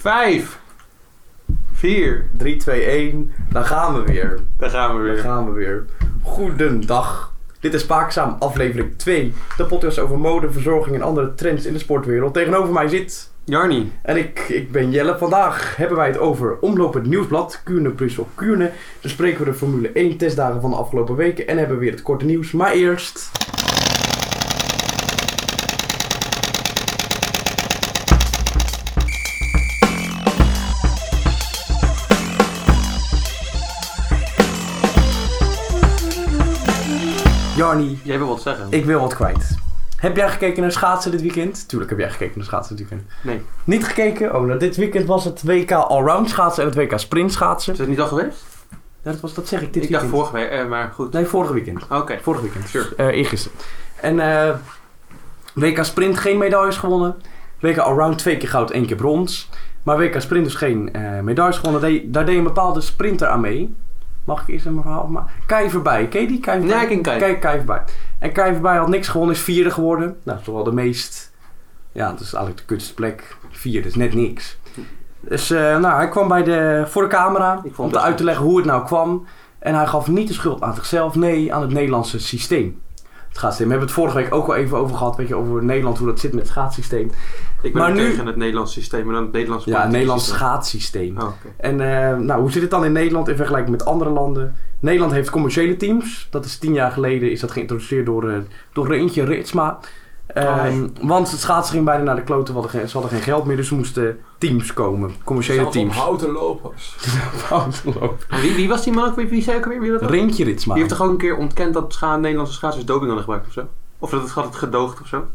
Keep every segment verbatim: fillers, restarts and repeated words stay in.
Vijf. Vier. drie, twee, één. Dan gaan we weer. Daar gaan we weer. Dan gaan we weer. Goedendag. Dit is Spaakzaam, aflevering twee. De podcast over mode, verzorging en andere trends in de sportwereld. Tegenover mij zit... Jarnie. En ik, ik ben Jelle. Vandaag hebben wij het over Omloop het Nieuwsblad. Kuurne, Brussel, Kuurne. Dan spreken we de Formule één testdagen van de afgelopen weken. En hebben we weer het korte nieuws. Maar eerst... Jarnie, jij wil wat zeggen? Ik wil wat kwijt. Heb jij gekeken naar schaatsen dit weekend? Tuurlijk heb jij gekeken naar schaatsen dit weekend. Nee. Niet gekeken? Oh, nou dit weekend was het W K Allround schaatsen en het W K Sprint schaatsen. Is dat niet al geweest? Ja, dat, was, dat zeg ik dit ik weekend. Ik dacht vorige week, eh, maar goed. Nee, vorige weekend. Oké. Okay. Vorige weekend. Sure. Uh, eergisteren. En uh, W K Sprint geen medailles gewonnen. W K Allround twee keer goud, één keer brons. Maar W K Sprint dus geen uh, medailles gewonnen. De, daar deed een bepaalde sprinter aan mee. Mag ik eerst een verhaal maken? Kai Verbij. Ken je die? Kai Verbij? Ja, ik ken Kai. Kai, Kai Verbij. En Kai Verbij had niks gewonnen, is vierde geworden. Nou, dat is toch wel de meest... Ja, dat is eigenlijk de kutste plek. Vierde is net niks. Dus uh, nou, hij kwam bij de, voor de camera om te uit te leggen hoe het nou kwam. En hij gaf niet de schuld aan zichzelf, nee, aan het Nederlandse systeem. Het schaatssysteem. We hebben het vorige week ook al even over gehad, weet je, over Nederland, hoe dat zit met het schaatssysteem. Ik ben maar nu... tegen het Nederlandse systeem, maar dan het Nederlandse Ja, het Nederlands systeem. schaatssysteem. Oh, okay. En uh, nou, hoe zit het dan in Nederland in vergelijking met andere landen? Nederland heeft commerciële teams. Dat is tien jaar geleden is dat geïntroduceerd door, uh, door Reintje Ritsma. Um, oh, nee. Want het schaatsen ging bijna naar de kloten. Ze hadden geen, ze hadden geen geld meer, dus er moesten teams komen. Commerciële teams. Houten lopers. Houten lopers. Wie, wie was die man ook weer? Wie zei ook weer? Wie dat Reintje Ritsma. Die heeft toch ook een keer ontkend dat scha- Nederlandse schaatsers doping hadden gebruikt of zo? Of dat het had het gedoogd of zo?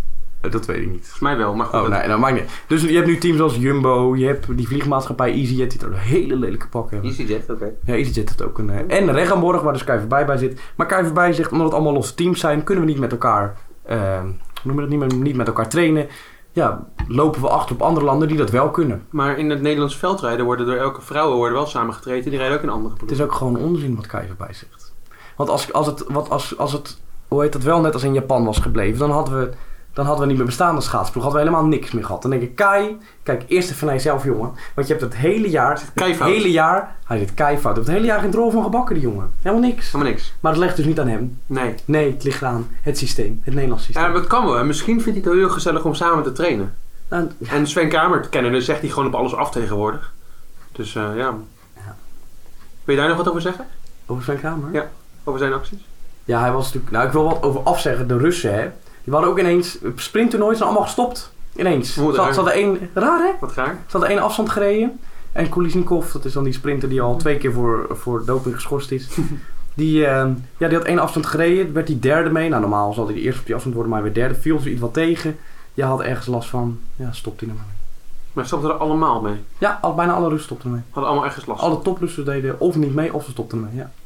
Dat weet ik niet. Volgens mij wel, maar goed. Oh, nee, nou maakt niet. Dus je hebt nu teams als Jumbo, je hebt die vliegmaatschappij EasyJet, die er een hele lelijke pak hebben. EasyJet, oké. Okay. Ja, EasyJet heeft ook een... Uh, en Regenborg, waar dus Kai Verbij bij zit. Maar Kai Verbij zegt, omdat het allemaal losse teams zijn, kunnen we niet met elkaar... Uh, hoe noemen we dat? Niet met, niet met elkaar trainen. Ja, lopen we achter op andere landen die dat wel kunnen. Maar in het Nederlands veldrijden worden door elke vrouwen worden wel samengetreden. Die rijden ook in andere ploegen. Het is ook gewoon onzin wat Kai Verbij zegt. Want als, als, het, wat, als, als het, hoe heet dat, wel net als in Japan was gebleven, dan hadden we... Dan hadden we niet meer bestaande schaatsploeg. Hadden we helemaal niks meer gehad. Dan denk ik, Kai, kijk, eerst even naar jezelf, jongen. Want je hebt het hele jaar, het hele jaar, hij zit keifout. Je hebt het hele jaar geen drol van gebakken, die jongen. Helemaal niks. Helemaal niks. Maar het ligt dus niet aan hem. Nee. Nee, het ligt aan het systeem, het Nederlands systeem. Ja, maar het kan wel. Misschien vindt hij het heel gezellig om samen te trainen. Nou, ja. En Sven Kramer te kennen, dus zegt hij gewoon op alles af tegenwoordig. Dus uh, ja. ja. Wil je daar nog wat over zeggen? Over Sven Kramer? Ja, over zijn acties. Ja, hij was natuurlijk... Nou, ik wil wat over afzeggen. De Russen, hè. Die hadden ook ineens... Sprinttoernooien zijn allemaal gestopt. Ineens. Ze hadden één... Raar, hè? Wat raar. Ze hadden één afstand gereden. En Kulisnikov, dat is dan die sprinter die al twee keer voor, voor doping geschorst is. Die, uh, ja, die had één afstand gereden. Werd die derde mee. Nou, normaal zal hij de eerste op die afstand worden, maar weer derde. Viel ze iets wat tegen. Ja, had ergens last van... Ja, stopte hij ermee. Maar stopten er allemaal mee? Ja, al, bijna alle Russen stopten ermee. Hadden allemaal ergens last? Alle toprussen deden of niet mee, of ze stopten ermee, ja.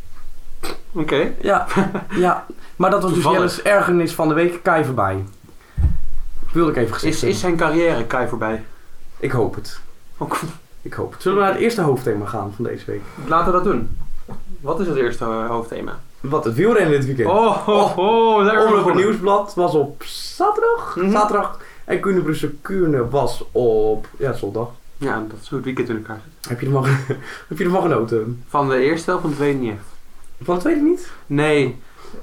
Oké. Okay. Ja, ja, maar dat was dus Jelle's ergernis van de week. Kai Verbij. Wilde ik even gezegd is, is zijn carrière Kai voorbij? Ik hoop het. Ook. Ik hoop het. Zullen we naar het eerste hoofdthema gaan van deze week? Laten we dat doen. Wat is het eerste hoofdthema? Wat, het wielrennen dit weekend. Oh, oh, oh. Daar Omloop het Nieuwsblad was op zaterdag. Mm-hmm. Zaterdag. En Kuurne, Brussel, Kuurne was op... Ja, zondag. Ja, dat is hoe het weekend in elkaar zit. Heb je ervan, heb je ervan genoten? Van de eerste of van de tweede niet echt? Van de tweede niet? Nee.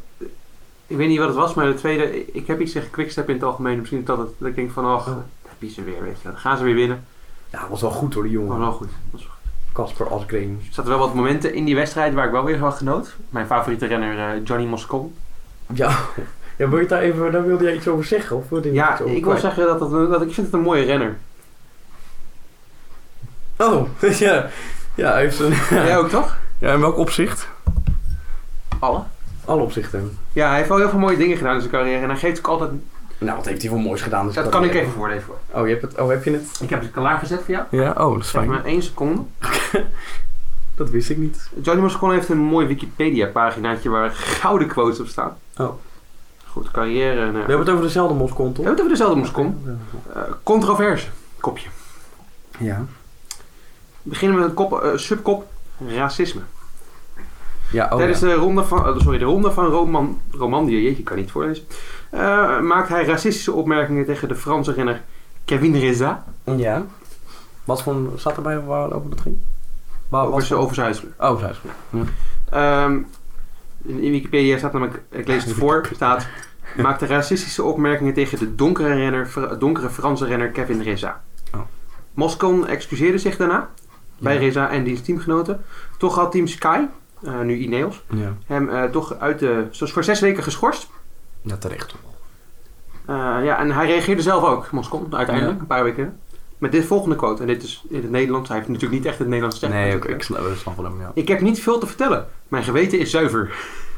Ik weet niet wat het was, maar de tweede... Ik heb iets tegen Quickstep in het algemeen. Misschien dat, het, dat ik denk van... Oh, daar heb je ze weer, weet je. Dan gaan ze weer winnen. Ja, dat was wel goed hoor, die jongen. Dat was wel goed. Casper Asgreen. Er zaten wel wat momenten in die wedstrijd waar ik wel weer van genoot. Mijn favoriete renner, uh, Johnny Moscon. Ja, ja, wil je daar even... Daar wilde jij iets over zeggen? Of wilde je ja, iets over ik wil zeggen dat, dat, dat... Ik vind het een mooie renner. Oh, ja. Ja, hij heeft een... Jij ook toch? Ja, in welk opzicht? Alle. Alle opzichten. Ja, hij heeft wel heel veel mooie dingen gedaan in zijn carrière. En hij geeft ook altijd... Nou, wat heeft hij voor moois gedaan? Dus dat kan ik even voorlezen voor. Oh, je hebt het, oh, heb je het? Ik heb het klaargezet voor jou. Ja, oh, dat is fijn. Geef me één seconde. Dat wist ik niet. Johnny Moscon heeft een mooi Wikipedia-paginaatje waar gouden quotes op staan. Oh. Goed, carrière. En, uh, we hebben het over dezelfde Moscon, toch? We hebben het over dezelfde Moscon. Uh, controverse. Kopje. Ja. We beginnen met een kop, uh, subkop. Racisme. Ja, oh Tijdens ja. de ronde van, uh, sorry, de ronde van Roman, Romandie, jeetje, ik kan niet voorlezen. Uh, maakt hij racistische opmerkingen tegen de Franse renner Kevin Reza. Ja. Wat voor staat erbij waarover dat ging? Waar, over, wat voor... over zijn uitspraak. Oh, zijn uitspraak. Ja. Um, in, in Wikipedia staat namelijk, ik lees het voor, staat... maakte racistische opmerkingen tegen de donkere, renner, Fra- donkere Franse renner Kevin Reza. Oh. Moscon excuseerde zich daarna bij Ja. Reza en diens teamgenoten. Toch had Team Sky, uh, nu Ineos, Ja. hem uh, toch uit de, zoals voor zes weken geschorst. Ja, terecht toch. Uh, ja, en hij reageerde zelf ook, Moscon, uiteindelijk, Ja. een paar weken. Met dit volgende quote, en dit is in het Nederlands. Hij heeft natuurlijk niet echt het Nederlands gezegd. Nee, oké, ik snap, ik snap wel hem, ja. Ik heb niet veel te vertellen. Mijn geweten is zuiver.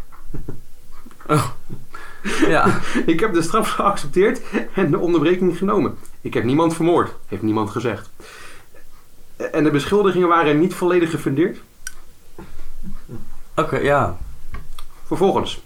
Oh. Ja. Ik heb de straf geaccepteerd en de onderbreking genomen. Ik heb niemand vermoord, heeft niemand gezegd. En de beschuldigingen waren niet volledig gefundeerd. Oké, okay, ja. Vervolgens.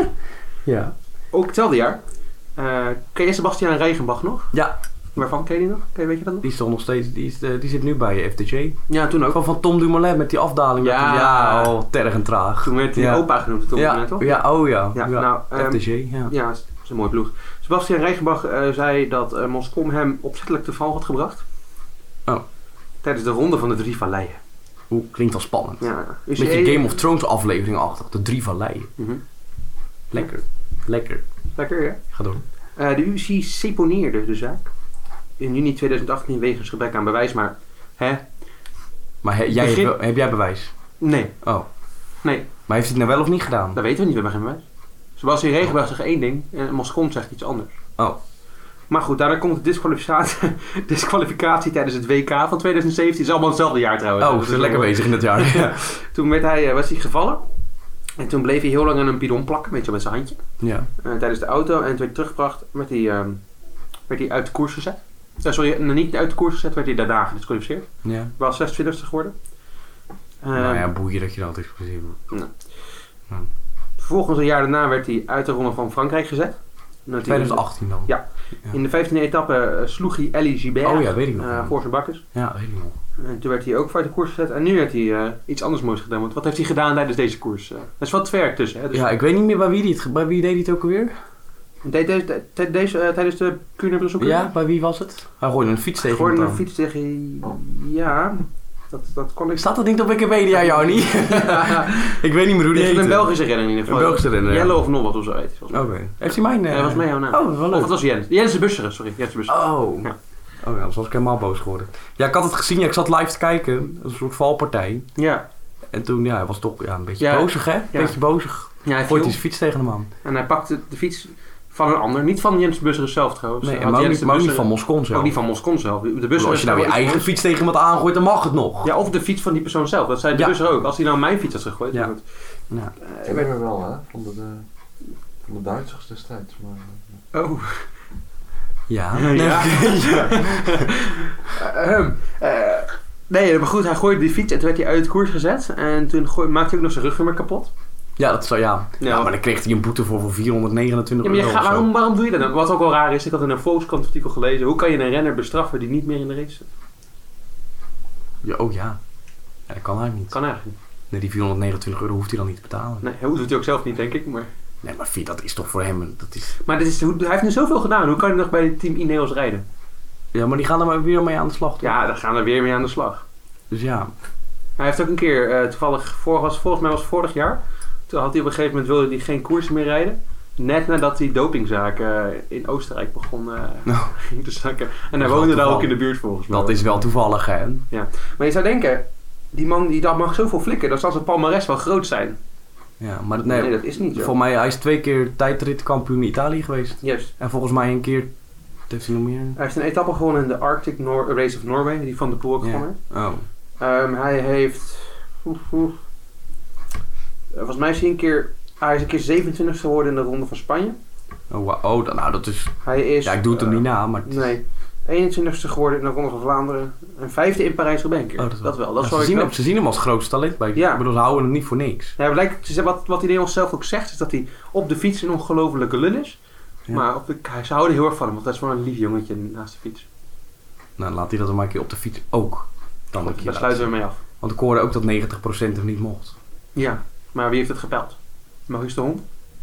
Ja. Ook hetzelfde jaar. Uh, ken je Sebastian Reichenbach nog? Ja. Waarvan ken je die nog? Ken je, weet je dat nog? Die is toch nog steeds, die, is, uh, die zit nu bij F D J. Ja, toen ook. Gewoon van Tom Dumoulin met die afdaling. Ja. Die, ja, oh, tergend traag. Toen werd hij ja. opa genoemd, Tom ja. Dumoulin, toch? Ja, oh ja. Ja, ja. nou, um, F D J, ja. Ja, dat is een mooie ploeg. Sebastian Reichenbach uh, zei dat uh, Moscon hem opzettelijk te val had gebracht. Oh. Tijdens de ronde van de Drie Valleien. Oeh, klinkt al spannend. Ja. Beetje je... Game of Thrones aflevering achter, de Drie Valleien. Mm-hmm. Lekker. Lekker. Lekker, ja. Ga door. Uh, de U C I seponeerde de zaak. In juni tweeduizend achttien wegens gebrek aan bewijs, maar... Hè? Maar he, jij Begin... heb, heb jij bewijs? Nee. Oh. Nee. Maar heeft hij het nou wel of niet gedaan? Dat weten we niet, we hebben geen bewijs. Sebastian Reichenbach zegt één ding en Moscon zegt iets anders. Oh. Maar goed, daarna komt de disqualificatie, disqualificatie tijdens het W K van tweeduizend zeventien. Het is allemaal hetzelfde jaar trouwens. Oh, ze zijn lekker bezig in het jaar. Ja. Toen werd hij, was hij gevallen. En toen bleef hij heel lang aan een bidon plakken, weet je, met zijn handje. Ja. Uh, tijdens de auto. En toen werd hij teruggebracht, werd hij, um, werd hij uit de koers gezet. Uh, sorry, niet uit de koers gezet, werd hij daarna gedisqualificeerd. Ja. Hij was zesentwintigste geworden. Uh, nou ja, boeien dat je dat disqualificeerd wordt. Nou. Ja. Vervolgens een jaar daarna werd hij uit de ronde van Frankrijk gezet. tweeduizend achttien dan? Ja. ja. In de vijftiende etappe uh, sloeg hij Elie Gilbert oh, ja, weet ik nog. uh, voor zijn bakkes. Ja, weet ik nog. En toen werd hij ook uit de koers gezet. En nu heeft hij uh, iets anders moois gedaan. Want wat heeft hij gedaan tijdens deze koers? Uh, er is wat werk tussen. Hè? Dus ja, ik weet niet meer bij wie, die het, bij wie deed hij het ook alweer? De, de, de, de, deze, uh, tijdens de Kuurne-Brussel? Ja, bij wie was het? Hij gooide een fiets tegen Hij gooide iemand een fiets tegen... Ja... Dat, dat kon ik... Staat dat niet op Wikipedia, Jarnie? Ja. Ik weet niet meer hoe die heet. Een Belgische renner in ieder geval. Een Belgische renner, ja. Jelle of nog wat of zo heet. Oké. Okay. Heeft hij mijn... Uh... Ja, dat was mij jouw naam. Oh, wel leuk. Of het was Jens. Jens de Busseren, sorry. Jens de Busseren. Oh. Ja. Oh ja, dan was ik helemaal boos geworden. Ja, ik had het gezien. Ja, ik zat live te kijken. Een soort valpartij. Ja. En toen, ja, hij was toch ja, een beetje ja. bozig, hè? Een ja. beetje bozig. Ja, hij gooit hij zijn fiets tegen de man. En hij pakte de fiets van een ander. Niet van Jens de Busseren zelf trouwens. Nee, maar ook niet, maar niet van Moscon zelf. Ook niet van Moscon zelf. De Busseren als je nou je eigen ons... fiets tegen iemand aangooit, dan mag het nog. Ja, of de fiets van die persoon zelf. Dat zei de ja. Busseren ook. Als hij nou mijn fiets had gegooid. Ja. Dan ja. Uh, ik weet het wel, hè. Van de, de, van de Duitsers destijds. Maar, uh. Oh. Ja. ja. ja. uh, um, uh, nee, maar goed. Hij gooide die fiets en toen werd hij uit het koers gezet. En toen gooi, maakte hij ook nog zijn rugnummer kapot. Ja, dat zou ja. ja. Ja, maar dan kreeg hij een boete voor, voor vierhonderdnegenentwintig ja, maar euro. Gaat, waarom, waarom doe je dat dan? Wat ook wel raar is, ik had in een Volkskrant artikel gelezen. Hoe kan je een renner bestraffen die niet meer in de race zit? Ja, oh ja. Ja, dat kan eigenlijk niet. Kan eigenlijk niet. Nee, die vierhonderdnegenentwintig euro hoeft hij dan niet te betalen. Nee, dat doet hij ook zelf niet, denk ik. Maar... Nee, maar Fiat, dat is toch voor hem... Dat is... Maar dit is, hij heeft nu zoveel gedaan. Hoe kan hij nog bij het team Ineos rijden? Ja, maar die gaan er maar weer mee aan de slag. Toch? Ja, daar gaan er weer mee aan de slag. Dus ja. Hij heeft ook een keer, uh, toevallig, vor, was, volgens mij was het vorig jaar... Toen had hij op een gegeven moment wilde hij geen koers meer rijden. Net nadat die dopingzaak uh, in Oostenrijk begon uh, no. te zakken. En hij woonde daar ook in de buurt volgens mij. Dat is wel toevallig, hè? Ja. Maar je zou denken, die man die dat mag zoveel flikken, dan zal zijn palmares wel groot zijn. Ja, maar nee, nee dat is niet zo. Voor mij, hij is twee keer tijdritkampioen in Italië geweest. Juist. En volgens mij een keer, wat heeft hij nog meer? Hij heeft een etappe gewonnen in de Arctic Nor- Race of Norway, die Van der Poel ook ja. gewonnen. Oh. Um, hij heeft... Oef, oef. Volgens mij is hij een keer... Hij is een keer zevenentwintigste geworden in de Ronde van Spanje. Oh, wow. oh dat, nou dat is... Hij is... Ja, ik doe het hem uh, niet na, maar... Nee. eenentwintigste geworden in de Ronde van Vlaanderen. En vijfde in Parijs-Roubaix. Oh, dat, dat wel. Dat ja, zou ze, ik zien wel. hem, ze zien hem als grootste talent. Bij, ja. Ik bedoel, ze houden hem niet voor niks. Ja, blijkt, wat, wat hij zelf ook zegt, is dat hij op de fiets een ongelofelijke lul is. Ja. Maar op de, ze houden heel erg van hem, want dat is wel een lief jongetje naast de fiets. Nou, laat hij dat dan maar een keer op de fiets ook. Dan Goed, een keer daar sluiten we mee af. Want ik hoorde ook dat negentig procent hem niet mocht. Ja, maar wie heeft het gepeld? Maurice de Hond?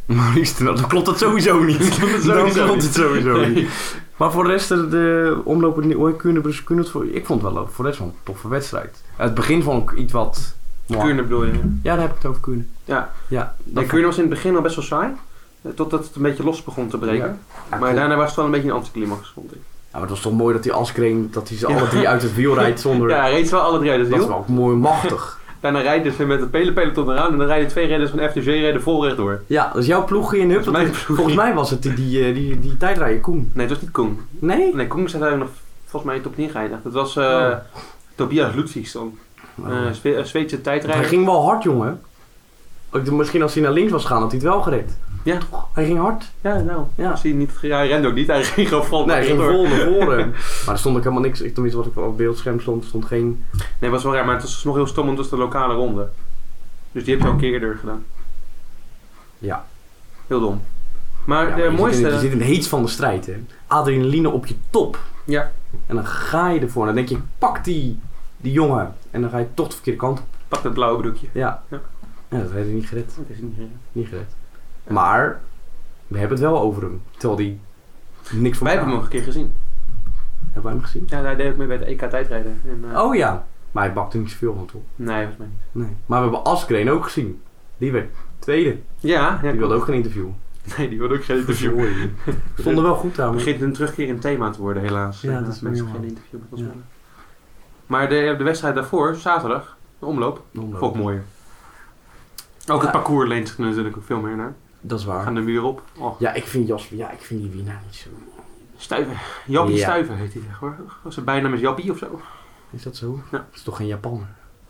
Maurice, nou, dan klopt dat sowieso niet. Dan klopt het Dan sowieso klopt niet. het sowieso Nee. niet. Maar voor de rest, de, de omlopen, Kuurne, Kuurne, ik vond het wel voor de rest wel een toffe wedstrijd. Het begin vond ik iets wat... Kuurne bedoel je? Ja, daar heb ik het over Kuurne. Ja. Ja, Nee, Kuurne was in het begin al best wel saai. eh, Totdat het een beetje los begon te breken. Ja. Ja, Maar klopt. daarna was het wel een beetje een anticlimax, vond ik. Ja, maar het was toch mooi dat die Askreen, dat hij ze Ja. alle drie uit het wiel rijdt zonder... Ja, hij reed ze wel alle drie uit het dat is wiel. wel mooi machtig. Daarna rijden ze met het hele peloton eraan en dan rijden twee rijders van F D G rijden vol rechtdoor. Ja, dus jouw ploeg ging in hup. Dat is mijn dat- ploeg. Volgens mij was het die, die, die, die tijdrijder Koen. Nee, het was niet Koen. Nee? Nee, Koen is uiteindelijk nog volgens mij top tien geëindigd. Het was eh Oh. Tobias Ludvigsson. Oh. Eh, Zwe- een Zweedse tijdrijder. Hij ging wel hard, jongen. Ik dacht, misschien als hij naar links was gaan, had hij het wel gered. Ja. Hij ging hard. Ja, nou. Ja. Als hij, niet, ja, hij rende ook niet. Hij ging gewoon vol. Nee, hij ging rechtdoor. vol naar voren. Maar er stond ook helemaal niks. Ik, tenminste, wat ik op het beeldscherm stond, er stond geen... Nee, het was wel raar, maar het was nog heel stom, want het was de lokale ronde. Dus die heb je al een keer eerder gedaan. Ja. Heel dom. Maar Ja, de je mooiste... Zit in, je zit in de heets van de strijd, hè. Adrenaline op je top. Ja, En dan ga je ervoor. En dan denk je, pak die, die jongen. En dan ga je toch de verkeerde kant op. pak dat blauwe broekje. Ja. Ja. Ja, dat heeft hij niet gered. Dat is niet gered. Niet gered. Maar, we hebben het wel over hem. Terwijl die niks van Wij hebben hem nog een keer gezien. Hebben wij hem gezien? Ja, hij deed ook mee bij het E K tijdrijden. En, eh, Oh ja. Maar hij bakte niet zoveel van, toch? Nee, volgens mij niet. Nee. Maar we hebben Askreen ook gezien. Die werd tweede. Ja, ja Die wilde ook geen interview. Nee, die wilde ook geen interview. Sorry. Stonden wel goed Het trouwens. begint een terugkerend thema te worden, helaas. Ja, Eh, dat is mensen meer geen wel. interview met ons Ja. willen. Maar de, de wedstrijd daarvoor, zaterdag, de omloop, vond ik mooier. Ook het Ja. parcours leent zich natuurlijk ook veel meer naar. Dat is We waar. gaan de muur op. Oh, Ja, ik vind Jasper, ja, ik vind die winnaar niet zo. Stuiven. Jappie Ja. Stuiven heet hij hoor. Was zijn bijnaam is Jappie of zo? Is dat zo? Ja. Dat is toch geen Japaner?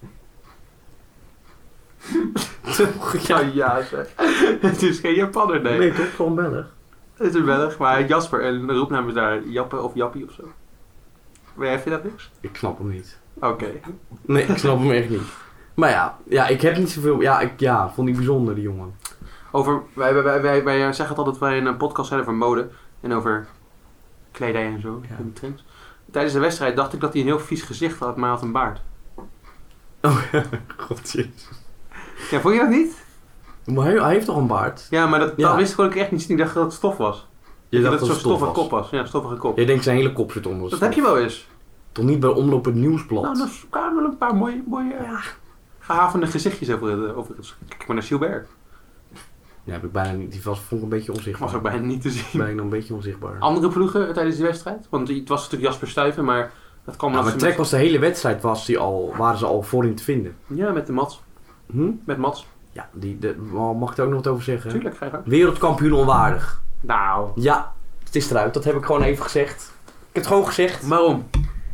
Ja, ja zeg. Het is geen Japanner, nee. Nee, toch? Gewoon Belg. Het is een Belg, maar Jasper en de roepnaam is daar Jappe of Jappie of zo. Maar jij vindt dat niks? Ik snap hem niet. Oké. Nee, ik snap hem echt niet. Maar ja, ja, ik heb niet zoveel... Ja, ik ja, vond die bijzonder, die jongen. Over, wij, wij, wij, wij, wij zeggen het altijd bij een podcast zijn over mode en over kledij en zo, Ja. en trends. Tijdens de wedstrijd dacht ik dat hij een heel vies gezicht had, maar hij had een baard. Oh, god jezus. Ja, vond je dat niet? Maar hij, hij heeft toch een baard? Ja, maar dat, Ja. dat wist ik ook echt niet. Ik dacht dat het stof was. Je dat dacht het dat zo'n het stof stoffige was. kop was. Ja, stoffige kop. Je denkt zijn hele kop zit onder. Dat heb je wel eens. Toch niet bij Omloop het Nieuwsblad? Nou, dan kwamen wel een paar mooie, mooie Ja. gehavende gezichtjes over het, over het... Kijk maar naar Gilbert. Ja, heb ik bijna niet. Die was, vond ik een beetje onzichtbaar. Was ook bijna niet te zien. Bijna een beetje onzichtbaar. Andere ploegen tijdens die wedstrijd? Want het was natuurlijk Jasper Stuyven, maar dat kwam Ja, omdat maar ze Trek was de hele wedstrijd, was die al, waren ze al voorin te vinden. met- Ja, met de Mats. Hm? Met Mats. Ja, die, de, mag ik er ook nog wat over zeggen? Tuurlijk, ga je gang. Wereldkampioen onwaardig. Nou, Ja, het is eruit. Dat heb ik gewoon even gezegd. Ik heb het gewoon gezegd. waarom?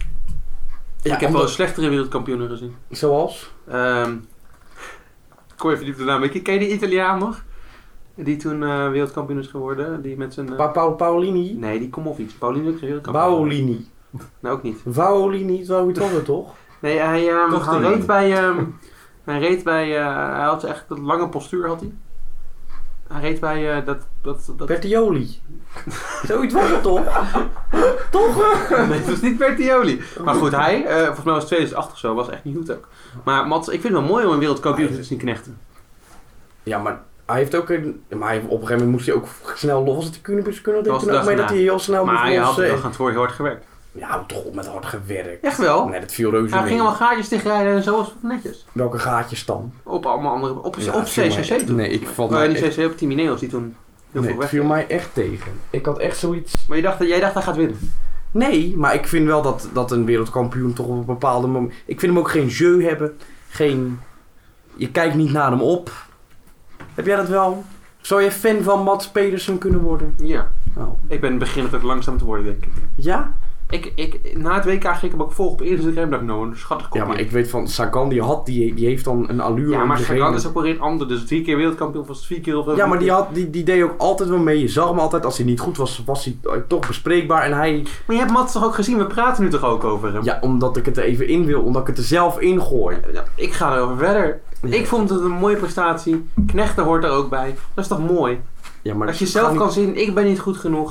Ja, ik heb wel omdat- een slechtere wereldkampioenen gezien. Zoals? Ehm ik kom even niet op de naam. Ken je die Italiaan nog? Die toen eh, wereldkampioen is geworden. Die met zijn... eh, Pa Paul Paolini? nee, die Komovic. Paulino is wereldkampioen. Paolini. Nou, ook niet. Paolini, zo heet dat toch? Nee, hij, ehm, Toch hij niet. reed bij... ehm, hij reed bij... eh, hij had echt een lange postuur, had hij. Hij reed bij... eh, dat, dat, dat... Bertioli. Zoiets was het toch? Toch? Nee, het was niet Bertioli. Maar goed, hij, eh, volgens mij was tweeduizend acht of zo, was echt niet goed ook. Maar Mats, ik vind het wel mooi om een wereldkampioen te zien knechten. Ja, maar hij heeft ook een... Maar hij, op een gegeven moment moest hij ook snel los. Was het de Kunibus kunnen? Dat Deed was toen de ook dag mee dat erna. hij heel snel Maar moest hij los. had de eh. dag aan het voor heel hard gewerkt. Ja, toch met hard gewerkt. Echt wel? Nee, dat viel reuze Hij mee. ging al gaatjes dichtrijden en zo was het netjes. Welke gaatjes dan? Op allemaal andere... Op, Ja, op het viel C C C mij- toen. Nee, ik vond Oh, mij niet echt- C C C, op Team Ineos die toen heel Nee, veel het weg. viel mij echt tegen. Ik had echt zoiets... Maar je dacht, jij dacht hij gaat winnen. Nee, maar ik vind wel dat, dat een wereldkampioen toch op een bepaalde moment... Ik vind hem ook geen jeu hebben. Geen... Je kijkt niet naar hem op. Heb jij dat wel? Zou je fan van Mats Pedersen kunnen worden? Ja. Oh. Ik ben beginnend ook langzaam te worden, denk ik. Ja? Ik, ik na het W K ging ik hem ook volgen op Instagram. Dacht ik, nou, een schattig kopje. Ja, maar ik weet van Sagan, die had, die, die heeft dan een allure Ja, om maar zich Sagan heen. is ook weer een ander. Dus drie keer wereldkampioen was vier keer of zo. Ja, maar die, had, die, die deed ook altijd wel mee. Je zag hem altijd, als hij niet goed was, was hij eh, toch bespreekbaar. En hij... Maar je hebt Mats toch ook gezien? We praten nu toch ook over hem? Ja, omdat ik het er even in wil. Omdat ik het er zelf in gooi. Ja, ik ga erover verder. Ja. Ik vond het een mooie prestatie. Knechten hoort er ook bij. Dat is toch mooi? Ja, maar Als je het zelf gaat kan niet- zien, ik ben niet goed genoeg.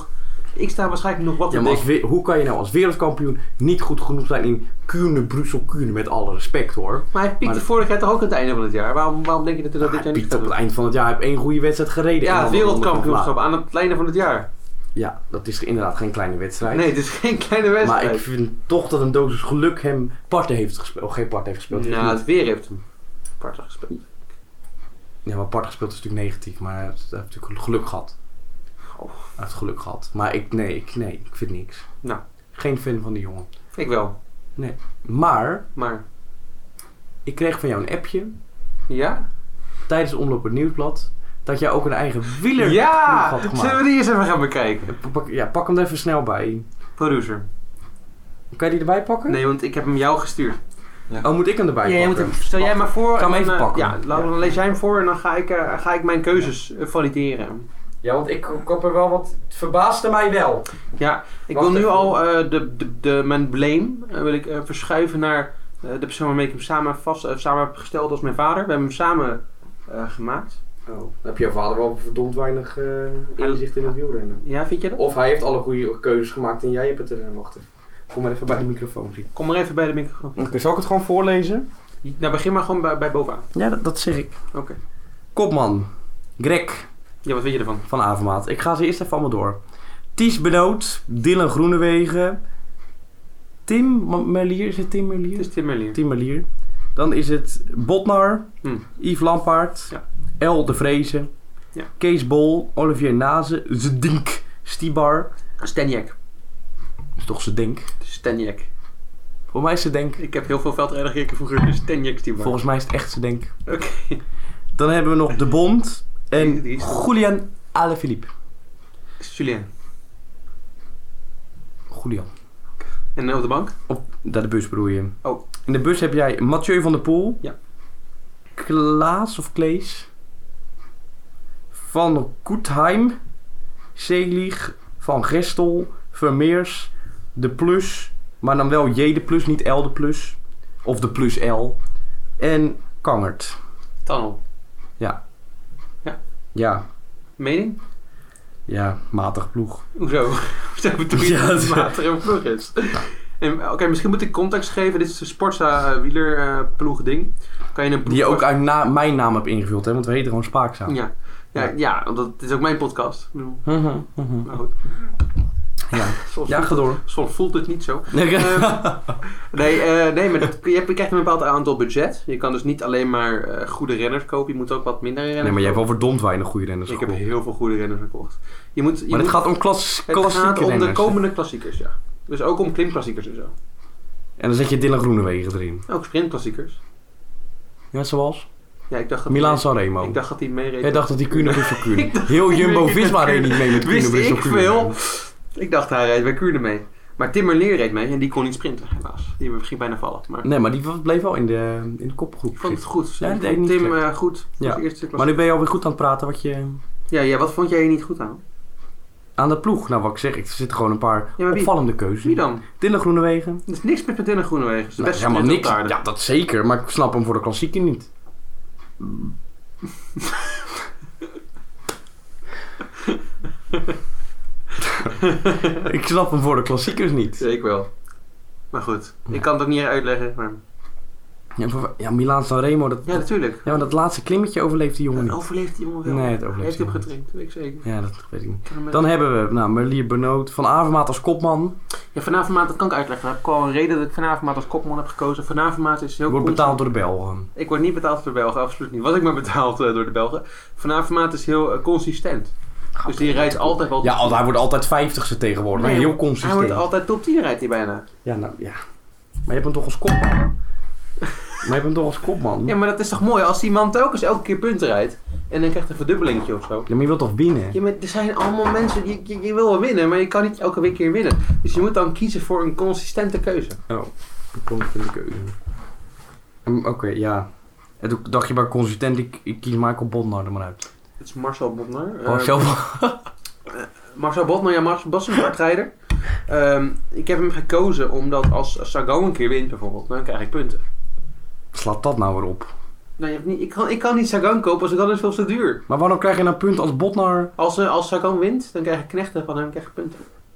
Ik sta waarschijnlijk nog wat te Ja, maar dik. als we- hoe kan je nou als wereldkampioen niet goed genoeg zijn in Kuurne, Brussel, Kuurne, met alle respect hoor. Maar hij piekte Maar- vorig jaar toch ook aan het einde van het jaar? Waarom, waarom denk je dat hij dat dit jaar Hij niet piekt gaat op het doen? eind van het jaar, hij heeft één goede wedstrijd gereden. En Ja, dan het de ronde van wereldkampioenschap Vlaanderen. aan het einde van het jaar. Ja, dat is inderdaad geen kleine wedstrijd. Nee, het is geen kleine maar wedstrijd. ik vind toch dat een dosis geluk hem parten heeft gespeeld. Of geen part heeft gespeeld. Nou, het weer heeft hem apart gespeeld. Ja, maar part gespeeld is natuurlijk negatief. Maar hij heeft, hij heeft natuurlijk geluk gehad. Oh. Hij heeft geluk gehad. Maar ik, nee, ik, nee, ik vind niks. Nou. Geen fan van die jongen. Ik wel. Maar, Maar, ik kreeg van jou een appje. ja? Tijdens het omloop het nieuwsblad. Dat jij ook een eigen wieler Ja! had gemaakt. Zullen we die eens even gaan bekijken? Pak, ja, pak hem er even snel bij. Producer. Kan je die erbij pakken? Nee, want ik heb hem jou gestuurd. Oh, moet ik hem erbij Ja, jij moet pakken? hem, stel jij maar voor. Kan hem en even dan, eh, pakken. Ja, laat- dan lees jij hem voor en dan ga ik, uh, ga ik mijn keuzes uh, valideren. Ja, want ik, ik heb er wel wat... Het verbaasde mij wel. Ja, ik Wacht wil nu even. al uh, de, de, de, mijn blame uh, wil ik, uh, verschuiven naar uh, de persoon waarmee ik hem samen, vast, uh, samen heb gesteld als mijn vader. We hebben hem samen uh, gemaakt. Oh, dan heb je vader wel verdomd weinig uh, inzicht in het wielrennen. Ja, vind je dat? Of hij heeft alle goede keuzes gemaakt en jij hebt het er. Wacht even. Kom maar even bij de microfoon zien. Kom maar even bij de microfoon. Oké, zal ik het gewoon voorlezen? Nou, begin maar gewoon bij, bij bovenaan. Ja, dat, dat zeg ik. Oké. Okay. Kopman. Greg Ja, wat vind je ervan? van Avermaat. Ik ga ze eerst even allemaal door. Ties Benoot. Dylan Groenewegen. Tim Merlier. Is het Tim Merlier? Het is Tim Merlier. Tim Merlier. Dan is het Botnar. Hm. Yves Lampaard. Ja. El de Vreese. Ja. Kees Bol. Olivier Nazen. Zdink. Stibar. Stenjek. Dat is toch Zdink? Stenjek. Voor mij is Zdink. Ik heb heel veel veldrijden gekeken vroeger. Dus Stenjek die Volgens mij is het echt Zdink. Oké. Okay. Dan hebben we nog De Bond. En Die is- Julian Alaphilippe. Julien. Julian. En op de bank? Op naar de bus bedoel je. Oh. In de bus heb jij Mathieu van der Poel. Ja. Klaas of Klees. Van Koetheim. Selig. Van Gestel. Vermeers. De Plus. Maar dan wel J de Plus, niet L de Plus. Of de Plus L. En Kangert. Tunnel. Ja. Mening? Ja, matig ploeg. Hoezo? Hoezo bedoel je Ja, dat het dat- matig een ploeg is? En, Oké, okay, misschien moet ik context geven. Dit is de Sportsa uh, wieler uh, ploeg ding. Kan je een ploeg Die je ook uit na- mijn naam hebt ingevuld, hè? Want we heten gewoon Spaakzaam. Ja. Ja, ja. ja, want dat is ook mijn podcast. Ik bedoel, Mhm, mhm. maar goed. Ja, Soms ja voelt ga door. het- Soms voelt het niet zo. Ehm, nee, uh, nee, maar dat, je, hebt, je krijgt een bepaald aantal budget. Je kan dus niet alleen maar uh, goede renners kopen. Je moet ook wat minder renners Nee, maar jij hebt kopen. wel verdomd weinig goede renners Ik heb gekocht. heel veel goede renners gekocht. Je moet, je Maar moet, het gaat om klas, het klassieke gaat om renners. de komende klassiekers, ja. Dus ook om klimklassiekers en zo. En dan zet je Dylan Groenewegen erin. Ook sprintklassiekers. Ja, zoals? Ja, ik dacht dat Milan hij- Sanremo. Ik dacht dat hij meereed. Jij dacht dat die Kuurne Brussel Kuurne. Ik dacht Heel dat hij Jumbo-Visma meereed reed met niet mee met Kuurne Wist Brussel ik Kuurne. veel. Ik dacht hij reed bij Kuurne mee. Maar Tim Merlier reed mee en die kon niet sprinten helaas. Die ging bijna vallen. Maar Nee, maar die bleef wel in de, in de kopgroep ik vond het zitten. goed. Ja, Ik die vond deed niet Tim slecht. uh, goed. Voor Ja. zijn eerste Maar klasse. nu ben je alweer goed aan het praten wat je... Ja, ja, wat vond jij hier niet goed aan? Aan de ploeg, nou wat ik zeg, er zitten gewoon een paar Ja, maar wie? opvallende keuzes. Wie dan? Dylan Groenewegen. Er is niks met Martina Groenewegen. Het is de Nou, beste helemaal niks. sprinter op de Ja, dat zeker, maar ik snap hem voor de klassieker niet. Ik snap hem voor de klassiekers niet. aarde. Ik wel. Maar goed, Ja. ik kan het ook niet uitleggen. Maar... Ja, maar- ja Milan Sanremo, dat, Ja, natuurlijk. ja, maar dat laatste klimmetje overleeft die jongen En niet. overleeft die jongen wel. Nee, het overleeft Heeft hij hij op getraind, weet ik zeker. Ja, dat weet ik niet. Ik kan hem- Dan hebben we nou, Merlier Benoot, Van Avermaat als kopman. Ja, vanavond maand, dat kan ik uitleggen. Daar heb ik al een reden dat ik vanavond maand als kopman heb gekozen. Vanavond maand is heel Wordt constant- betaald door de Belgen. Ik word niet betaald door de Belgen, absoluut niet. Was ik maar betaald uh, door de Belgen. Vanavond maand is heel uh, consistent. Dus die rijdt altijd wel... Ja, al- hij wordt altijd vijftigste tegenwoordig. Nee, maar heel Hij consistent. wordt altijd top tien rijdt hij bijna. Ja, nou ja. Maar je hebt hem toch als kopman? Maar je hebt hem toch als kopman? Ja, maar dat is toch mooi als die man telkens elke keer punten rijdt. En dan krijgt hij een verdubbelingetje of zo. Ja, maar je wilt toch winnen? Ja, maar er zijn allemaal mensen, die, je, je wil wel winnen, maar je kan niet elke week keer winnen. Dus je moet dan kiezen voor een consistente keuze. Oh, dan kom ik in de keuze. Um, Oké, ja. En toen dacht je bij consistent, ik, ik kies Michael Botnar er maar uit. Het is Marcel Botnar. Uh, Marcel, Marcel Botnar, ja, Marcel Botnar is een hardrijder. Um, ik heb hem gekozen omdat als Sagan een keer wint bijvoorbeeld, dan krijg ik punten. slaat dat nou weer op? Nou, je hebt niet, ik, kan, ik kan niet Sagan kopen, Sagan is veel te duur. Maar waarom krijg je nou punt als Botnar? Als, uh, als Sagan wint, dan krijg ik knechten van hem, krijg ik punten.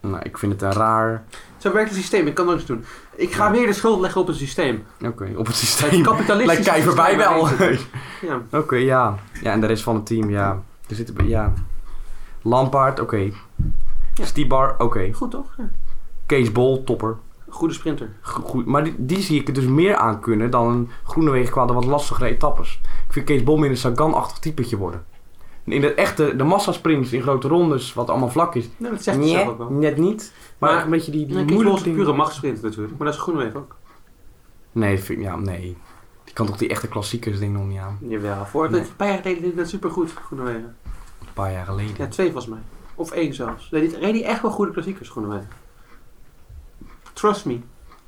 Nou, ik vind het een raar... Zo werkt het systeem, ik kan niks doen. Ik ga Ja. weer de schuld leggen op het systeem. Oké, okay, op het Het systeem. kapitalistische Lijkt kei voorbij wel. Ja. Oké, okay, ja. Ja, en de rest van het team, ja. Er zitten... bij- Ja. Lampaard, oké. Okay. Ja. Stibar, oké. Okay. Goed toch? Ja. Kees Bol, topper. Goede sprinter. Go- Goed, maar die, die zie ik er dus meer aan kunnen dan een Groenewegen qua de wat lastigere etappes. Ik vind Kees Bol meer een Sagan-achtig typetje worden. In de echte, de massasprints in grote rondes, wat allemaal vlak is, Nee, dat zegt hij zelf ook wel. net niet. Maar, Maar- een beetje die, die Nee, Kees Bol is moeilijke een dingen. pure machtsprinter natuurlijk. Maar dat is Groenewegen ook. Nee, vind, ja, nee. Die kan toch die echte klassiekers ding nog niet aan. Jawel, voor Nee. een paar jaar geleden deed hij dat supergoed, Groenewegen. Een paar jaar geleden. Ja, twee volgens mij. Of één zelfs. Nee, die reed hij echt wel goede klassiekers, Groenewegen. Trust me.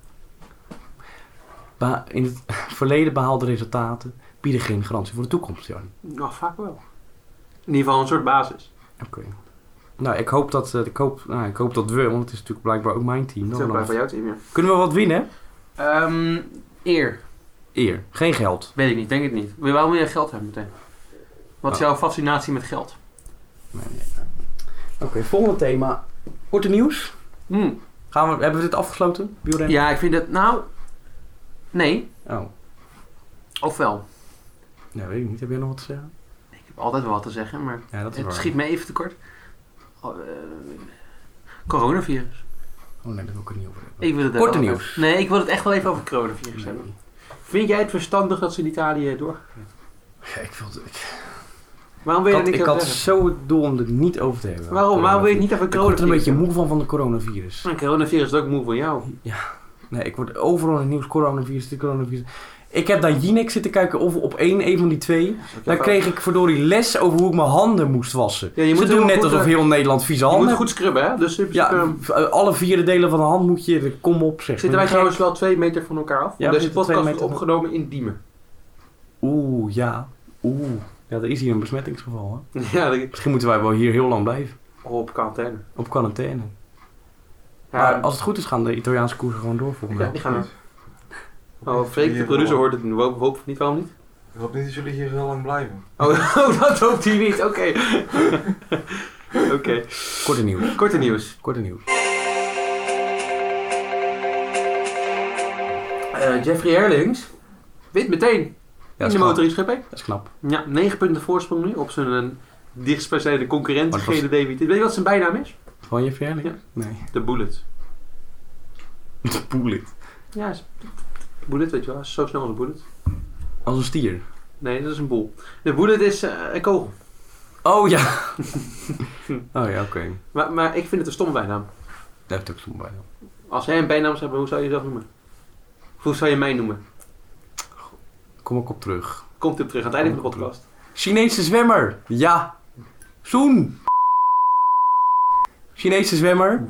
Ba- in het verleden behaalde resultaten bieden geen garantie voor de toekomst, Jan. Nou, vaak wel. In ieder geval een soort basis. Oké. Nou, ik hoop dat, uh, ik hoop, nou, ik hoop dat we, want het is natuurlijk blijkbaar ook mijn team. Dat Dan is ook bij dan- van jouw team, ja. Kunnen we wat winnen? Ehm, eer. Eer. Geen geld. Weet ik niet, denk het niet. Wil je wel meer geld hebben meteen? Wat is Oh. jouw fascinatie met geld? Nee, nee. Oké, volgende thema. Korte nieuws. Hmm. Gaan we, hebben we dit afgesloten? Wielrennen? Ja, ik vind het... Nou... Nee. Oh. Ofwel. Nee, weet ik niet. Heb jij nog wat te zeggen? Ik heb altijd wel wat te zeggen, maar Ja, dat is het waar. schiet me even tekort. Oh, eh, coronavirus. Oh nee, daar wil ik het niet over hebben. Ik wil het er Korte wel nieuws. over- Nee, ik wil het echt wel even over coronavirus hebben. Nee. Vind jij het verstandig dat ze in Italië doorgaan? Ja, ik, wilde, ik, Waarom wil ik je had, er ik niks had over zeggen? zo het doel om het niet over te hebben. Waarom? Waarom wil je het niet over Ik word er een coronavirus beetje hebben? moe van van de coronavirus. Nou, coronavirus is ook moe van jou. Nee, ik word overal in het nieuws coronavirus, dit coronavirus. Ik heb naar Jinek zitten kijken of op één, één van die twee. Daar kreeg ik verdorie les over hoe ik mijn handen moest wassen. Ja, je Ze moet doen heel net goed, alsof eh, heel Nederland vieze Je handen moet heeft. goed scrubben, hè? Dus in Ja, principe, ehm, alle vierde delen van de hand moet je, kom op zeg. zitten wij trouwens wel twee meter van elkaar af. Ja, we Deze zitten twee podcast wordt meter van- opgenomen in Diemen. Oeh, ja. Oeh. Ja, er is hier een besmettingsgeval, hè. Ja, dat- Misschien moeten wij wel hier heel lang blijven. op quarantaine. Op quarantaine. Ja, Maar als het goed is gaan de Italiaanse koersen gewoon door volgende ja, week. die gaan we. Oh, Freek, de producer, hoort het. We hopen hopen niet, waarom niet? Ik hoop niet dat jullie hier heel lang blijven. Oh, oh, dat hoopt hij niet. Oké. Oké. Korte nieuws. Korte nieuws. Korte nieuws. Eh, Jeffrey Herlings wint meteen Ja, in dat is de knap. motor in Schiphol. Dat is knap. Ja, negen punten voorsprong nu op zijn eh, dichtstbijzijnde concurrent, Maar het was- Gele David. Weet je wat zijn bijnaam is? Gewoon je verjaardag? Ja. Nee. De Bullet. De bullet. Ja, is- Bullet, weet je wel. Is zo snel als een bullet. Als een stier. Nee, dat is een boel. De Bullet is eh, een kogel. Oh ja. oh ja, oké. Maar, maar ik vind het een stomme bijnaam. Daar heb ik ook zo'n bij. Als jij een bijnaam zou hebben, hoe zou je jezelf noemen? Of hoe zou je mij noemen? Kom ik op terug. Komt op terug aan het einde van de podcast. Chinese zwemmer. Ja. Zoen. Chinese zwemmer.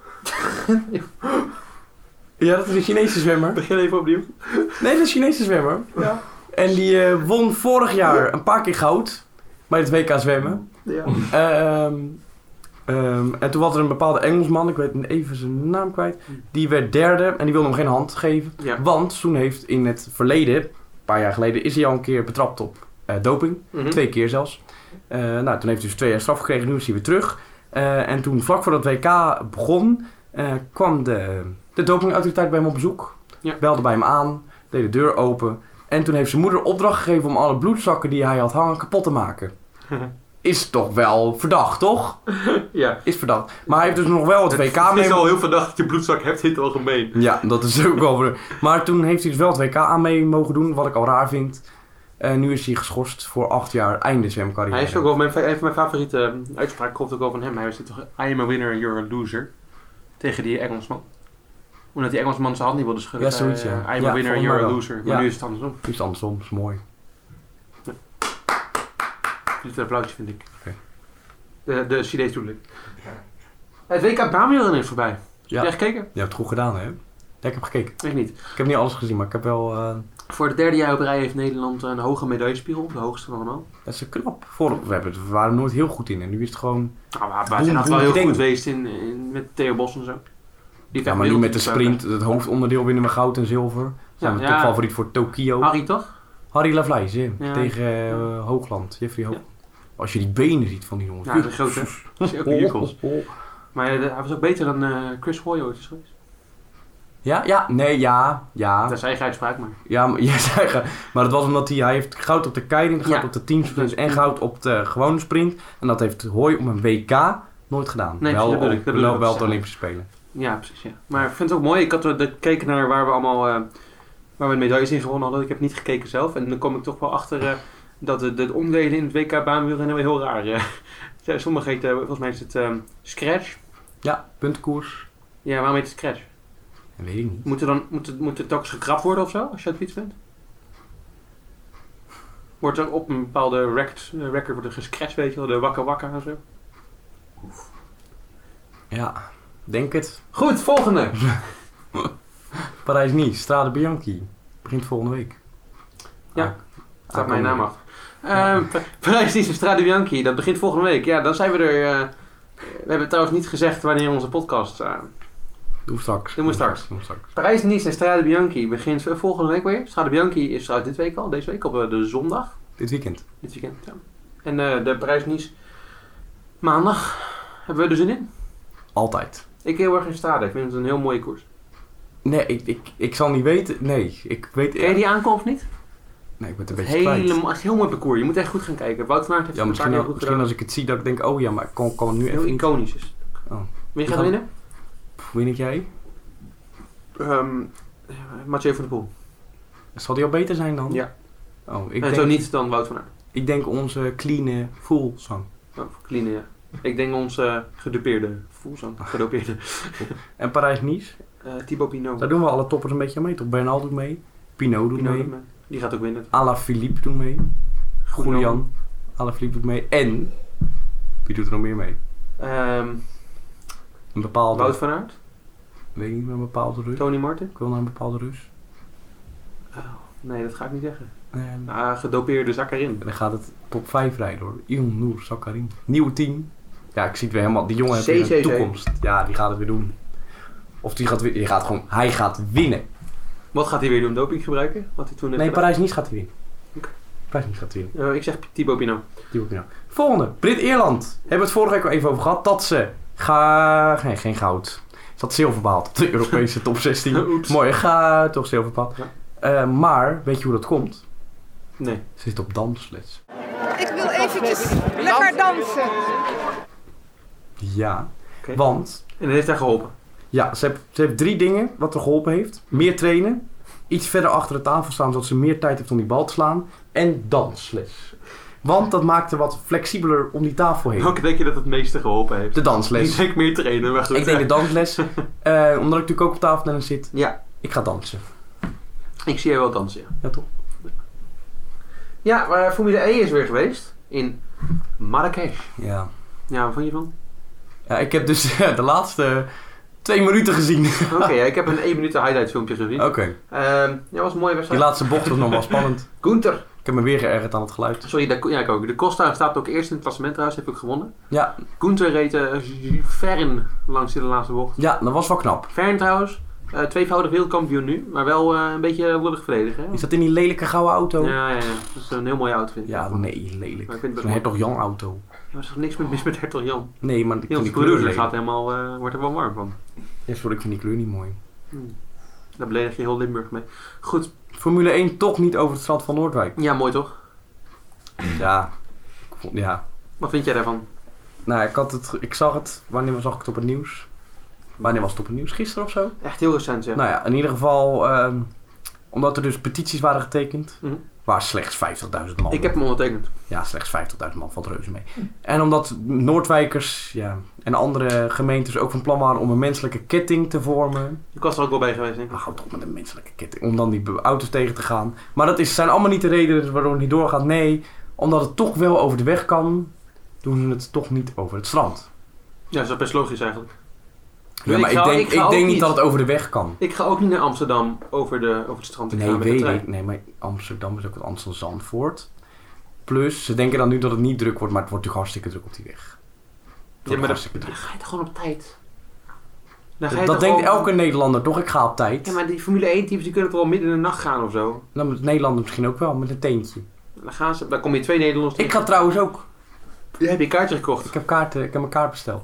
Ja, dat is een Chinese zwemmer. Begin even opnieuw. Nee, dat is een Chinese zwemmer. Ja. En die eh, won vorig jaar een paar keer goud. Bij het W K zwemmen. Ja. Ehm, ehm, en toen was er een bepaalde Engelsman, ik weet even zijn naam kwijt. Die werd derde en die wilde hem geen hand geven. Ja. Want toen heeft in het verleden, een paar jaar geleden, is hij al een keer betrapt op eh, doping. Mhm. Twee keer zelfs. Eh, nou, toen heeft hij dus twee jaar straf gekregen, nu is hij weer terug. Eh, en toen vlak voordat het W K begon, eh, kwam de, de dopingautoriteit bij hem op bezoek. Ja. Belde bij hem aan, deed de deur open. En toen heeft zijn moeder opdracht gegeven om alle bloedzakken die hij had hangen kapot te maken. Is toch wel verdacht, toch? Ja. Is verdacht. Maar hij heeft dus nog wel het W K Het mee. is al heel verdacht dat je bloedzak hebt in het algemeen. Ja, dat is ook wel. ver- Maar toen heeft hij dus wel het W K aan mee mogen doen, wat ik al raar vind. En nu is hij geschorst voor acht jaar einde zwemcarrière. Hij is ook wel mijn, een van mijn favoriete uh, uitspraken, komt ook wel van hem. Hij zit toch, I am a winner, you're a loser. Tegen die Engelsman. Omdat die Engelsman zijn hand niet wilde schudden. Ja, zoiets, zei, ja. uh, I am Ja, a winner, volgens you're mij a wel. loser. Maar Ja. nu is het andersom. Nu is het andersom, dat is mooi. Dit is een applausje, vind ik. Oké. De, de Chinees bedoel ik. Het W K baanwielrennen is voorbij. Ja. Heb jij gekeken? Je hebt het goed gedaan, hè? Ja, ik heb gekeken. Ik niet. Ik heb niet alles gezien, maar ik heb wel... eh, Voor het derde jaar op rij heeft Nederland een hoge medaillespiegel. De hoogste van allemaal. dat is knap. Vorig, we, hebben, het- we waren er nooit heel goed in en nu is het gewoon... Nou, maar wij Boem, zijn altijd wel boem, heel ding. goed geweest in, in, met Theo Bos en zo. Die Ja, maar nu met de sprint, het hoofdonderdeel winnen we goud en zilver. Zijn Ja, we ja. topfavoriet voor Tokio. Harry toch? Harry Lavleis, hè? Ja. Tegen eh, Hoogland. Jeffrey Hoogland. Als je die benen ziet van die jongens. Ja, de grote. Dat is ook een jukkels. Maar uh, hij was ook beter dan uh, Chris Hoy ooit is geweest. Ja, ja, nee, ja, ja. Dat is eigen uitspraak, maar. Ja, maar, ja, zeggen. Maar dat was omdat hij, hij heeft goud op de keiling, goud Ja. op de teamsprint en goud op de gewone sprint. En dat heeft Hoy op een W K nooit gedaan. Nee, wel dat bedoel op, ik, dat bedoel wel, ik. wel op de Olympische Spelen. Ja, precies, ja. Maar ik vind het ook mooi. Ik had uh, gekeken naar waar we allemaal, uh, waar we de medailles in gewonnen hadden. Ik heb niet gekeken zelf. En dan kom ik toch wel achter uh, dat de, de onderdelen in het W K baanwielrennen wel heel raar. Uh, sommige heet, uh, volgens mij is het um, scratch. Ja, puntenkoers. Ja, waarom heet het scratch? Dat weet ik niet. Moet er dan moet het, moet het telkens gekrapt worden of zo, als je aan het fietsen bent? Wordt er op een bepaalde record, uh, record wordt er gescratcht, weet je wel, de wakka wakka en zo? Ja, denk het. Goed, volgende! Parijs-Nice, Strade Bianchi. Begint volgende week. Ja, Ah, staat mijn naam achter. Ja. Uh, Parijs-Nice Strade Bianchi, dat begint volgende week. Ja, dan zijn we er... Uh, we hebben trouwens niet gezegd wanneer onze podcast... Uh, Doen we straks. Doen we straks. Doen we straks. Parijs-Nice en Strade Bianchi begint volgende week weer. Strade Bianchi is trouwens dit week al, deze week op uh, de zondag. Dit weekend. Dit weekend, ja. En uh, de Parijs-Nice maandag hebben we er zin in. Altijd. Ik heel erg in Strade, ik vind het een heel mooie koers. Nee, ik, ik, ik zal niet weten. Nee, ik weet... Ken je die aankomst niet? Nee, ik ben het een beetje kwijt. Helemaal, het is een heel mooi parcours, je moet echt goed gaan kijken. Wout van Aert heeft Ja, het een paar misschien, keer al- goed misschien gedaan. als ik het zie dat ik denk, oh ja, maar ik kan, kan het nu Heel even niet. iconisch is. Oh. Wie gaat gaan- winnen? Pff, Win ik jij? Um, Mathieu van der Poel. Zal die al beter zijn dan? Ja. Oh, ik en denk, zo niet dan Wout van Aert. ik denk onze clean full song. Oh, clean, ja. Ik denk onze uh, gedupeerde voelzang. Gedopeerde. En Parijs-Nice? Uh, Thibaut Pinot. Daar doen we alle toppers een beetje aan mee, toch? Bernal doet mee. Pinot doet Pinot mee. doet mee. Die gaat ook winnen. Alaphilippe doet mee. Julian. Alaphilippe doet mee. En... Wie doet er nog meer mee? Um, Een bepaalde... Wout van Aert. Weet ik niet, een bepaalde Rus. Tony Martin. Ik wil naar een bepaalde Rus. Oh, nee, dat ga ik niet zeggen. En Ah, gedopeerde Zakharin. dan gaat het top vijf rijden hoor. Iln Noor Sakharin. Nieuwe team. Ja, ik zie het weer helemaal. Die jongen heeft weer C C C. een toekomst. Ja, die gaat het weer doen. Of die gaat weer... Die gaat gewoon... Hij gaat winnen. Wat gaat hij weer doen? Doping gebruiken? Wat hij toen heeft Nee, gedaan? Parijs-Nice gaat hij winnen. Oké. Parijs-Nice gaat hij winnen. Uh, ik zeg Thibaut Pinot. Die ook nou. Volgende. Brit-Ierland. Hebben we het vorige week al even over gehad. Dat ze... Ga... Nee, geen goud. Ze had zilver behaald op de Europese top zestien. Oeps. Mooi. Ga toch zilver behaald. Ja. Uh, maar, weet je hoe dat komt? Nee. Ze zit op dansles. Ik wil eventjes lekker dansen. Ja. Okay. Want... En dat heeft haar geholpen. Ja, ze heeft, ze heeft drie dingen wat er geholpen heeft. Meer trainen. Iets verder achter de tafel staan, zodat ze meer tijd heeft om die bal te slaan. En dansles. Want dat maakt haar wat flexibeler om die tafel heen. Welke denk je dat het meeste geholpen heeft? De Ik dansles. denk meer trainen, maar goed. Ik denk de dansles. uh, omdat ik natuurlijk ook op tafeltennis zit. Ja, Ik ga dansen. ik zie je wel dansen, ja. Ja, toch? Ja, maar Formule E is weer geweest. In Marrakesh. Ja. Ja, wat vond je van? Ja, ik heb dus de laatste twee minuten gezien. Oké, okay, ja, ik heb een één minuut highlight filmpje gezien. Oké. Okay. Uh, ja, was een mooie Die wedstrijd. laatste bocht was nog wel spannend. Gunther. Ik heb me weer geërgerd aan het geluid. Sorry, de, ja, ik ook. De Costa staat ook eerst in het klassement trouwens, heb ik gewonnen. Ja. Gunther reed uh, Fern langs in de laatste bocht. Ja, dat was wel knap. Fern trouwens, uh, tweevoudig wereldkampioen nu, maar wel uh, een beetje lullig verdedigen. Hè? Is dat in die lelijke gouden auto? Ja, ja, ja. Dat is een heel mooie auto vind ik. Ja, nee, lelijk. Maar ik vind Dat het is ook een Hertog Jan auto. Ja, er is toch niks meer mis met Hertog Jan. Nee, maar ik Heel vind die de kleur kleur lelijk. gaat helemaal, uh, wordt er wel warm van. Ja, sorry, ik vind die kleur niet mooi. Hmm. Daar beledig je heel Limburg mee. Goed, Formule één toch niet over het strand van Noordwijk. ja mooi toch? Ja. Ik vond- Ja. Wat vind jij daarvan? Nou, ik, had het, ik zag het. Wanneer zag ik het op het nieuws? Wanneer was het op het nieuws? Gisteren of zo? Echt heel recent, ja. Nou ja, in ieder geval... ehm, omdat er dus petities waren getekend... Mhm. waar slechts vijftigduizend man... Ik heb hem ondertekend. Ja, slechts vijftigduizend man valt reuze mee. En omdat Noordwijkers ja, en andere gemeentes ook van plan waren om een menselijke ketting te vormen. Ik was er ook wel bij geweest, denk ik. Nou, houd toch met een menselijke ketting. Om dan die be- auto's tegen te gaan. Maar dat is, zijn allemaal niet de redenen waarom het niet doorgaat. Nee, omdat het toch wel over de weg kan, doen ze het toch niet over het strand. Ja, dat is best logisch eigenlijk. Ja, maar ik ik, ga- denk, ik ik, ga ook denk niet niet. dat het over de weg kan. Ik ga ook niet naar Amsterdam over, de, over het strand te Nee, gaan met de weet trein. ik. Nee, maar Amsterdam is ook wat anders dan Zandvoort. Plus, ze denken dan nu dat het niet druk wordt, maar het wordt natuurlijk hartstikke druk op die weg. Het Ja, wordt maar hartstikke dan, druk. dan ga je toch gewoon op tijd? Dan ga je Dat toch denkt gewoon- elke Nederlander, toch? Ik ga op tijd. Ja, maar die Formule één teams die kunnen toch wel midden in de nacht gaan of zo? Dan met Nederlanders misschien ook wel, met een teentje. Dan, gaan ze, dan kom je twee Nederlanders Ik ga trouwens ook. tegen. Heb je een kaartje gekocht? Ik heb, kaarten, ik heb mijn kaart besteld.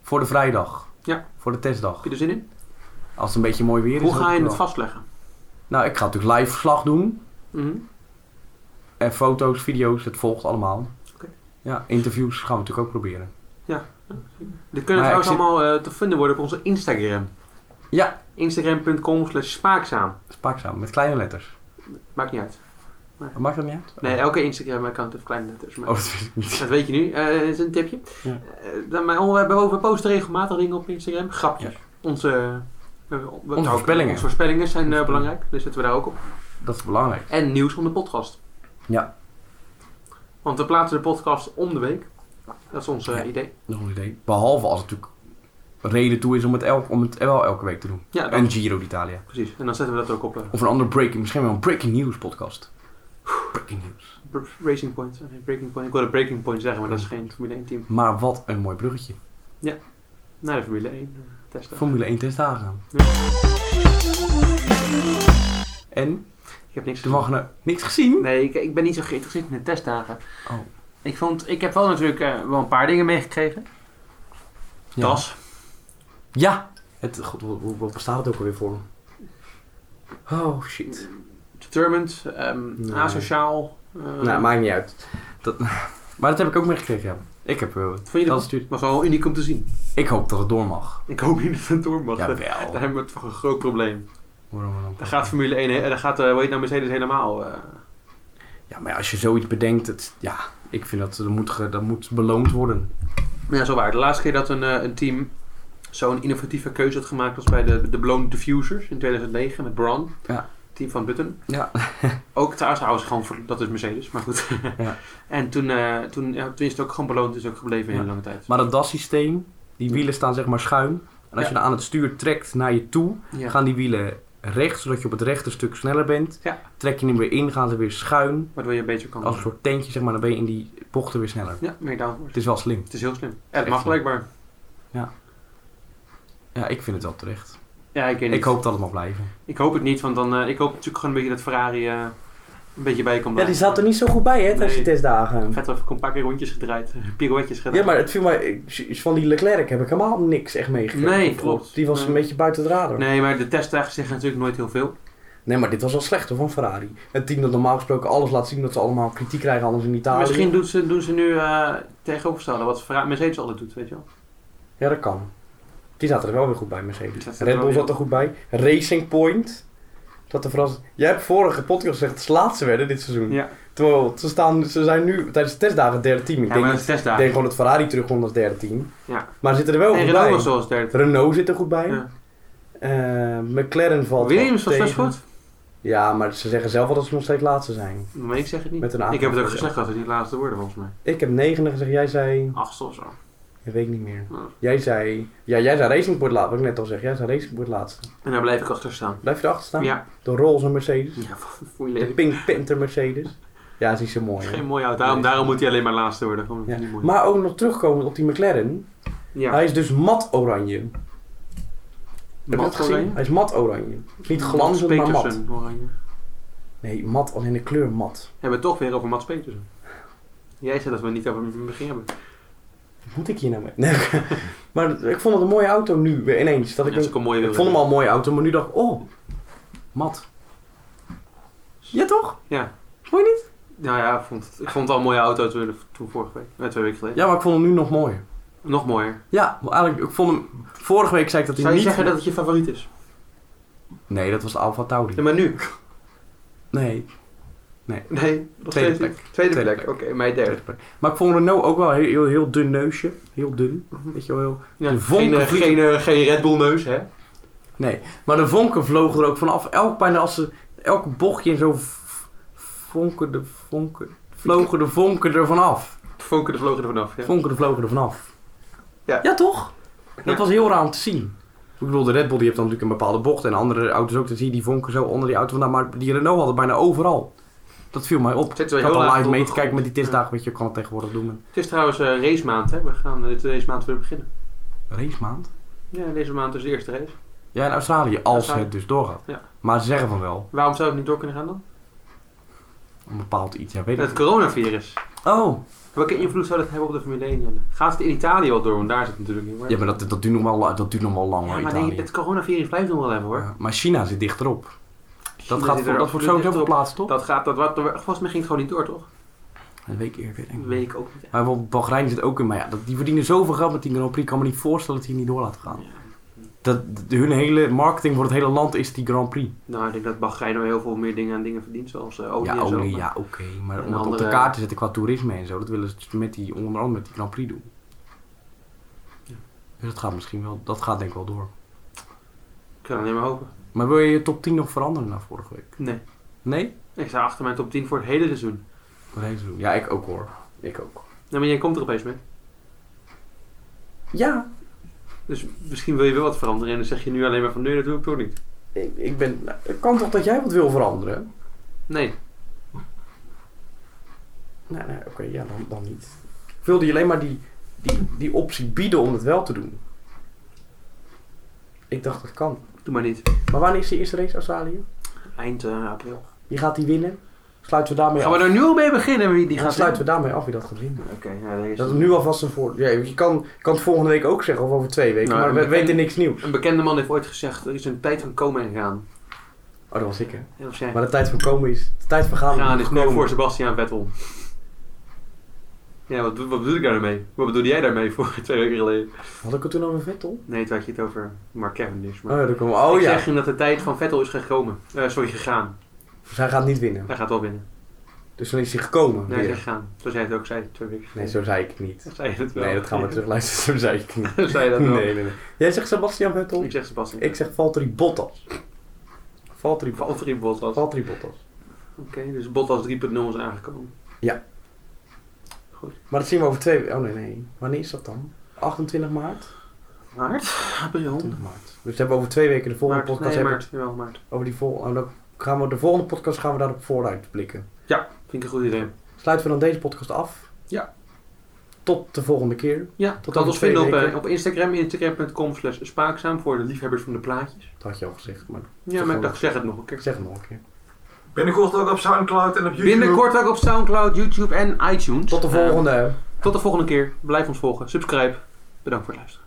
Voor de vrijdag. Ja. Voor de testdag. Heb je er zin in? Als het een beetje mooi weer is. Hoe ga je ook het wel. vastleggen? Nou, ik ga natuurlijk live verslag doen. Mm-hmm. En foto's, video's, het volgt allemaal. Oké. Ja, interviews gaan we natuurlijk ook proberen. Dit kunnen Maar trouwens ik zit- allemaal uh, te vinden worden op onze Instagram. Ja, Instagram.com slash spaakzaam. spaakzaam, met kleine letters. Maakt niet uit. Maakt dat niet uit? Nee, elke Instagram-account heeft kleine letters. Maar Oh, dat weet ik niet. dat weet je nu. Eh, Dat is een tipje. Ja. Eh, dan, maar we, hebben, we posten regelmatig dingen op Instagram. Grapjes. Ja. Onze, uh, we- we- ook- voorspellingen. Onze voorspellingen zijn uh, Voorspellingen. belangrijk. Dus zetten we daar ook op. Dat is belangrijk. En nieuws van de podcast. Ja. Want we plaatsen de podcast om de week. Dat is ons uh, Ja. idee. Nog een idee. Behalve als het natuurlijk reden toe is om het, elk, om het wel elke week te doen. Ja, dan, En Giro d'Italia. precies. En dan zetten we dat ook op uh, Of een andere breaking, misschien wel een breaking news podcast. Breaking news. Br- Racing Point. Nee, Breaking Point. Ik wilde Breaking Point zeggen, maar dat is geen Formule één team. Maar wat een mooi bruggetje. Naar de Formule één uh, testen. Formule één testdagen. Ja. En? Ik heb niks Er mag nou niks gezien? Nee, ik, ik ben niet zo geïnteresseerd in de testdagen. Oh. Ik, vond, ik heb wel natuurlijk uh, wel een paar dingen meegekregen. Ja. Das. Ja. Het, god, wat, wat- wat staat het ook alweer voor? Oh shit. Determined. Um, Nee. Asociaal. Uh, Nou, maakt niet uit. Dat, maar dat heb ik ook meegekregen, ja. Ik heb... Uh, Vond je dat dat? stuurt. was wel uniek om te zien. Ik hoop dat het door mag. Ik hoop niet dat het door mag. Jawel. Daar hebben we toch een groot probleem. Waarom dan? Daar gaat Formule één, he- daar gaat uh, hoe heet nou, Mercedes helemaal. Uh, Ja, maar als je zoiets bedenkt, het, ja, ik vind dat dat moet, ge- dat moet beloond worden. Maar ja, zo waar. De laatste keer dat een, uh, een team zo'n innovatieve keuze had gemaakt was bij de, de Blown Diffusers in tweeduizend negen met Braun. Ja. Team van Button. Ja. Ook trouwens, trouwens gewoon voor, dat is Mercedes, maar goed. Ja. En toen, uh, toen, ja, toen is het ook gewoon beloond, is ook gebleven in Ja. een lange tijd. Maar dat D A S-systeem, die wielen staan zeg maar schuin. En als Ja. je dan aan het stuur trekt naar je toe, Ja. gaan die wielen rechts, zodat je op het rechte stuk sneller bent. Ja. Trek je hem weer in, gaan ze weer schuin. Waardoor je een beetje kan... Als een soort tentje, zeg maar, dan ben je in die bochten weer sneller. Ja, meer downforce. Het is wel slim. Het is heel slim. Ja, het Echt mag slim. blijkbaar. Ja, ik vind het wel terecht. Ja, ik weet niet. Ik hoop dat het mag blijven. Ik hoop het niet, want dan... Uh, ik hoop natuurlijk gewoon een beetje dat Ferrari uh, een beetje bij kan Ja, blijven. die zat er niet zo goed bij, hè, tijdens Nee. de testdagen. Vet even een paar keer rondjes gedraaid. Pirouetjes gedaan. Ja, maar het viel mij, van die Leclerc heb ik helemaal niks echt meegekregen. Nee, Of- klopt. Die was Nee. een beetje buiten de radar. Nee. Nee, maar de testdagen zeggen natuurlijk nooit heel veel. maar dit was wel slechter van Ferrari. Het team dat normaal gesproken alles laat zien dat ze allemaal kritiek krijgen, anders in Italië. Misschien doen ze, doen ze nu uh, tegenoverstellen wat Ferrari- Mercedes altijd doet, weet je wel. Ja, dat kan. Die zaten er wel weer goed bij, Die Mercedes. zaten er Red wel Bull weer zat er goed bij. Racing Point zat er verrast. Jij hebt vorige podcast gezegd dat ze laatste werden dit seizoen. Ja, Terwijl ze, staan, ze zijn nu tijdens de testdagen het derde team. Ik ja denk, maar niet- dat is ik testdagen. denk gewoon dat Ferrari terugkomt als derde team. Ja. Maar ze zitten er wel En goed Renault bij. was zoals derde. Renault zit er goed bij. Ja. Eh, McLaren valt Williams was wel best tegen. goed. Ja, maar ze zeggen zelf wel dat ze nog steeds laatste zijn. Maar ik zeg het niet. Met een Ik heb het ook aanval. gezegd dat het niet laatste worden volgens mij. Ik heb negende gezegd, jij zei... Achtste of zo. Ik weet niet meer. Ja. Jij zei... Ja, jij zei Racing Point laatste, wat ik net al zeg. Jij zei Racing Point laatste. En daar blijf ik achter staan. Blijf je erachter staan? Ja. De Rolls en Mercedes. Ja, voel je De leven. Pink Panther Mercedes. Ja, dat is niet zo mooi. hè? Geen mooie auto. Daarom, daarom moet hij alleen maar laatste worden. Gewoon Ja. niet mooi. Maar ook nog terugkomen op die McLaren. Ja. Hij is dus mat oranje. Heb je Mat dat gezien? oranje? Hij is mat oranje. Niet glanzend, maar mat. Petersen, oranje. Nee, mat, alleen de kleur mat. Hebben we het toch weer over Mats Petersen. Jij zei dat we het niet over hem begin hebben. Wat moet ik hier nou mee? Nee, maar ik vond het een mooie auto nu weer ineens. Dat Dat ik, is ook een mooie ik wilde. vond hem al een mooie auto, maar nu dacht ik, oh, mat. Ja toch? Ja. Vond je niet? Nou ja, ik vond het, ik vond het al een mooie auto toen, toen vorige week. Eh, twee weken geleden. Ja, maar ik vond hem nu nog mooier. Nog mooier. Ja, maar eigenlijk, ik vond hem... Vorige week zei ik dat hij Zou je niet... zeggen dat het je favoriet is? Nee, dat was de Alfa Tauri. Ja, maar nu? Nee, Nee, nog Tweede steeds plek. niet. Tweede, Tweede plek. plek. Oké, mij derde. maar ik vond Renault ook wel heel, heel, heel dun neusje. Heel dun. Weet je wel, heel... Ja, De vonken geen, eh, vliegen- geen, eh, geen Red Bull neus, hè? Nee, maar de vonken vlogen er ook vanaf. Elk bijna als ze... Elke bochtje en zo... v- Vonken de vonken... Vlogen de vonken er vanaf. Vonken de vlogen er vanaf, ja. Vonken de vlogen er vanaf. Ja. Ja, toch? Dat Ja. was heel raar om te zien. Ik bedoel, de Red Bull die heeft dan natuurlijk een bepaalde bocht. En andere auto's ook. Dan zie je die vonken zo onder die auto vandaan. Maar die Renault had het bijna overal. Dat viel mij op. Zit Ik wel had heel al laag live mee op te de kijken met die grond. testdagen. Weet je, je kan het tegenwoordig doen. met Het is trouwens uh, race maand, hè? We gaan uh, deze maand weer beginnen. Race maand. Ja, deze maand is de eerste race. Ja, in Australië. Als Australië. het dus doorgaat. Ja. Maar ze zeggen van wel. Waarom zou het niet door kunnen gaan dan? Een bepaald iets. Ja, weet ik Het coronavirus. niet. Oh. Welke invloed zou dat hebben op de Formule één? Jelle? Gaat het in Italië wel door? Want daar zit het natuurlijk niet. Ja, maar dat, dat, duurt nog wel, dat duurt nog wel lang Ja, hoor, maar Italië. nee, het coronavirus blijft nog wel even hoor. Ja, maar China zit dichterop. Dat, China gaat zit voor, er dat wordt absoluut sowieso dichterop. verplaatst, toch? Dat gaat, dat, wat, volgens mij ging het gewoon niet door, toch? Dat weet ik eerlijk niet. Dat weet ik ook niet. Maar bijvoorbeeld Bahrein zit ook in, maar ja, dat, die verdienen zoveel geld met die Grand Prix. Ik kan me niet voorstellen dat die niet door laten gaan. Ja. Dat, de, hun hele marketing voor het hele land is die Grand Prix. Nou, ik denk dat Bahrein nog heel veel meer dingen aan dingen verdient, zoals uh, olie Ja, en zo. olie, maar- ja, oké. Maar En om het op andere- de kaart te zetten qua toerisme en zo, dat willen ze met die, onder andere met die Grand Prix doen. Ja. Dus dat gaat misschien wel, dat gaat denk ik wel door. Ik kan alleen maar hopen. Maar wil je je top tien nog veranderen na vorige week? Nee. Nee? Ik sta achter mijn top tien voor het hele seizoen. Wat heet het doen? Ja, ik ook hoor. Ik ook. Nee, maar jij komt er opeens mee. Ja, Dus misschien wil je wel wat veranderen en dan zeg je nu alleen maar van nee, dat doe ik toch niet. ik, ik ben... Nou, het kan toch dat jij wat wil veranderen? Nee. Nee, nee, oké, ja, dan, dan niet. Ik wilde je alleen maar die, die, die optie bieden om het wel te doen. Ik dacht, dat kan. Doe maar niet. Maar wanneer is de eerste race Australië? Eind uh, april. Wie gaat die winnen? Sluiten we daarmee Gaan af? we er nu al mee beginnen wie die Ja, gaat sluiten we daarmee af wie dat gaat winnen. Oké, ja, deze. Dat is nu alvast een voor. Ja, je kan, kan het volgende week ook zeggen of over twee weken, Nou, maar we een bekend- weten niks nieuws. Een bekende man heeft ooit gezegd, er is een tijd van komen en gaan. Oh, dat was ik hè. En of jij Maar de tijd van komen is. De tijd van gaan, gaan is is nu komen. voor Sebastian Vettel. Ja, wat, wat bedoel ik daarmee? Wat bedoelde jij daarmee voor twee weken geleden? Had ik het toen over Vettel? Nee, toen had je het over Mark Cavendish. Maar Oh, ja, daar komen we. Oh ik ja. zeg hem dat de tijd van Vettel is gekomen. Uh, sorry, gegaan. Dus hij gaat niet winnen. Hij gaat wel winnen. Dus dan is hij gekomen. Nee, hij is weer. gegaan. Zoals jij het ook zei, twee weken Nee, geleden. zo zei ik het niet. Dat zei je het wel. Nee, dat gaan we terugluisteren. Zo zei ik het niet. Zei je dat wel? Nee, nee, nee. Jij zegt Sebastian Vettel? Ik zeg Sebastian. Ik zeg Valtteri Bottas. Valtteri Bottas. Valtteri Bottas. Valtteri Bottas. Oké, dus Bottas drie punt nul is aangekomen. Maar dat zien we over twee weken. Oh nee, nee. Wanneer is dat dan? achtentwintig maart? Maart? April? achtentwintig maart. Dus we hebben over twee weken de volgende Maart, podcast. nee, hebben maart. Jawel, maart. over die vol oh, dan gaan we de volgende podcast gaan we daarop vooruit blikken. Vind ik een goed idee. Sluiten we dan deze podcast af? Ja. Tot de volgende keer. Ja, Tot tot over ons twee vinden op, weken. eh, op Instagram, instagram punt com slash spaakzaam voor de liefhebbers van de plaatjes. Dat had je al gezegd, maar Ja, maar ik dacht, zeg het nog een ik keer. zeg het nog een keer. Binnenkort ook op Soundcloud en op YouTube. Binnenkort ook op Soundcloud, YouTube en iTunes. Tot de Eh, volgende. tot de volgende keer. Blijf ons volgen. Subscribe. Bedankt voor het luisteren.